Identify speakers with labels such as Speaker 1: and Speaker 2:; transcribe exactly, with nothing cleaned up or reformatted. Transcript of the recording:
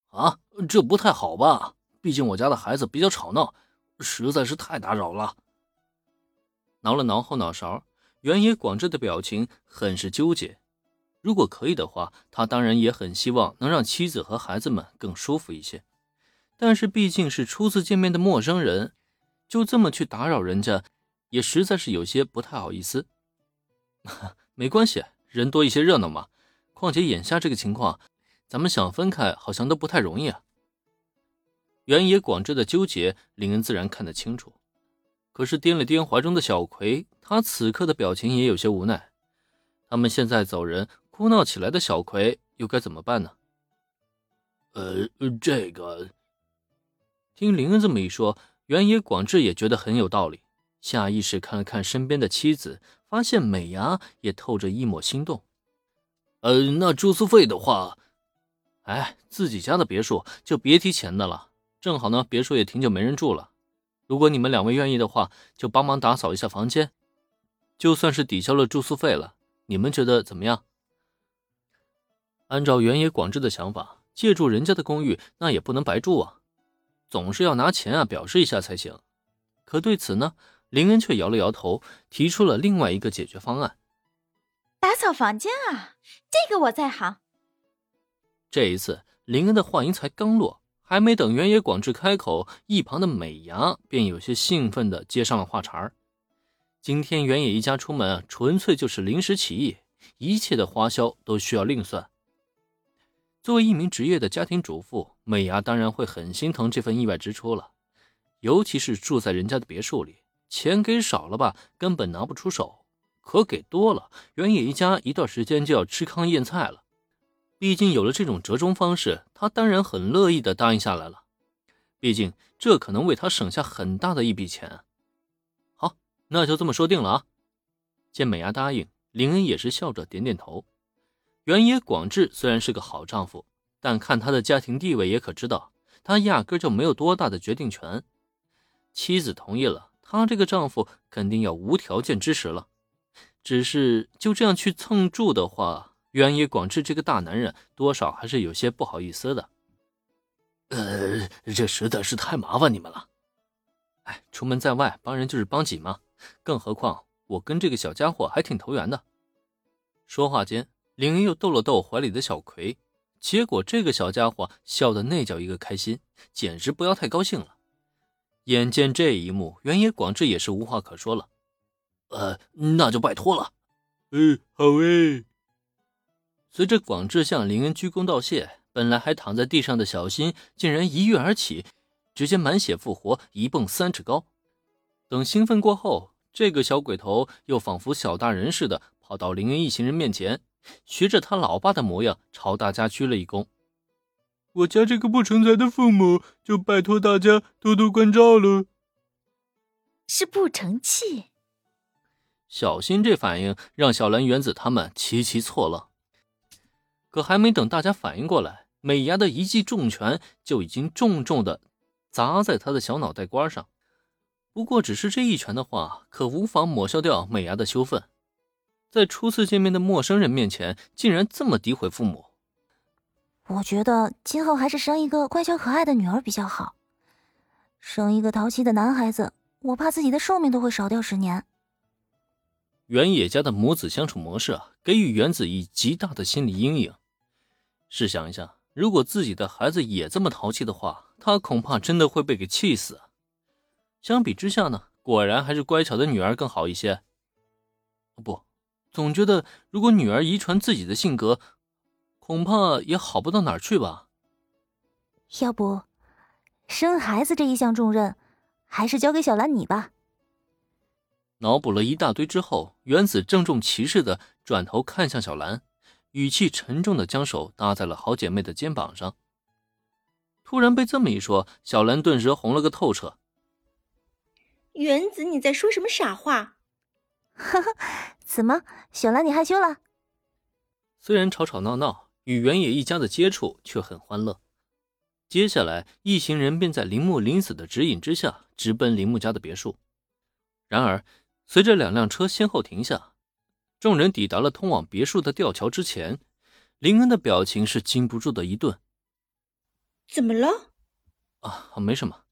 Speaker 1: 啊，这不太好吧？毕竟我家的孩子比较吵闹，实在是太打扰了。挠了挠后脑勺，原野广志的表情很是纠结。如果可以的话，他当然也很希望能让妻子和孩子们更舒服一些。但是毕竟是初次见面的陌生人，就这么去打扰人家，也实在是有些不太好意思。没关系，人多一些热闹嘛。况且眼下这个情况，咱们想分开好像都不太容易啊。原野广志的纠结，林恩自然看得清楚。可是掂了掂怀中的小葵，他此刻的表情也有些无奈。他们现在走人，哭闹起来的小葵又该怎么办呢？呃，这个……听林恩这么一说，原野广志也觉得很有道理，下意识看了看身边的妻子，发现美伢也透着一抹心动。呃，那住宿费的话，哎，自己家的别墅就别提钱的了，正好呢，别墅也挺久没人住了。如果你们两位愿意的话，就帮忙打扫一下房间，就算是抵消了住宿费了，你们觉得怎么样？按照原野广志的想法，借住人家的公寓那也不能白住啊，总是要拿钱啊表示一下才行。可对此呢，林恩却摇了摇头，提出了另外一个解决方案。
Speaker 2: 打扫房间啊，这个我在行。
Speaker 1: 这一次林恩的话音才刚落，还没等原野广志开口，一旁的美伢便有些兴奋地接上了话茬。今天原野一家出门啊，纯粹就是临时起意，一切的花销都需要另算。作为一名职业的家庭主妇，美伢当然会很心疼这份意外支出了，尤其是住在人家的别墅里，钱给少了吧，根本拿不出手，可给多了，原野一家一段时间就要吃糠咽菜了。毕竟有了这种折中方式，他当然很乐意地答应下来了。毕竟这可能为他省下很大的一笔钱。好，那就这么说定了啊。见美伢答应，林恩也是笑着点点头。原野广志虽然是个好丈夫，但看他的家庭地位也可知道，他压根就没有多大的决定权。妻子同意了，他这个丈夫肯定要无条件支持了。只是就这样去蹭住的话，原野广志这个大男人多少还是有些不好意思的。呃，这实在是太麻烦你们了。哎，出门在外帮人就是帮己嘛，更何况我跟这个小家伙还挺投缘的。说话间，林恩又逗了逗怀里的小葵，结果这个小家伙笑得那叫一个开心，简直不要太高兴了。眼见这一幕，原野广志也是无话可说了。呃，那就拜托了。
Speaker 3: 嗯，好诶。
Speaker 1: 随着广志向林恩鞠躬道谢，本来还躺在地上的小新竟然一跃而起，直接满血复活，一蹦三尺高。等兴奋过后，这个小鬼头又仿佛小大人似的跑到林恩一行人面前，学着他老爸的模样朝大家鞠了一躬。
Speaker 3: 我家这个不成才的父母，就拜托大家多多关照了。
Speaker 2: 是不成器。
Speaker 1: 小新这反应让小兰、原子他们齐齐错愣。可还没等大家反应过来，美伢的一记重拳就已经重重地砸在他的小脑袋瓜上。不过只是这一拳的话，可无法抹消掉美伢的羞愤。在初次见面的陌生人面前，竟然这么诋毁父母。
Speaker 4: 我觉得今后还是生一个乖巧可爱的女儿比较好。生一个淘气的男孩子，我怕自己的寿命都会少掉十年。
Speaker 1: 原野家的母子相处模式啊，给予原子以极大的心理阴影。试想一下，如果自己的孩子也这么淘气的话，他恐怕真的会被给气死啊。相比之下呢，果然还是乖巧的女儿更好一些。不，总觉得如果女儿遗传自己的性格，恐怕也好不到哪儿去吧。
Speaker 4: 要不，生孩子这一项重任，还是交给小兰你吧。
Speaker 1: 脑补了一大堆之后，原子郑重其事地转头看向小兰，语气沉重地将手搭在了好姐妹的肩膀上。突然被这么一说，小兰顿时红了个透彻。
Speaker 2: 原子，你在说什么傻话？
Speaker 4: 呵呵，怎么，小兰你害羞了？
Speaker 1: 虽然吵吵闹闹，与原野一家的接触却很欢乐。接下来，一行人便在铃木凛子的指引之下，直奔铃木家的别墅。然而，随着两辆车先后停下，众人抵达了通往别墅的吊桥之前，林恩的表情是禁不住的一顿。
Speaker 2: 怎么了？
Speaker 1: 啊，没什么。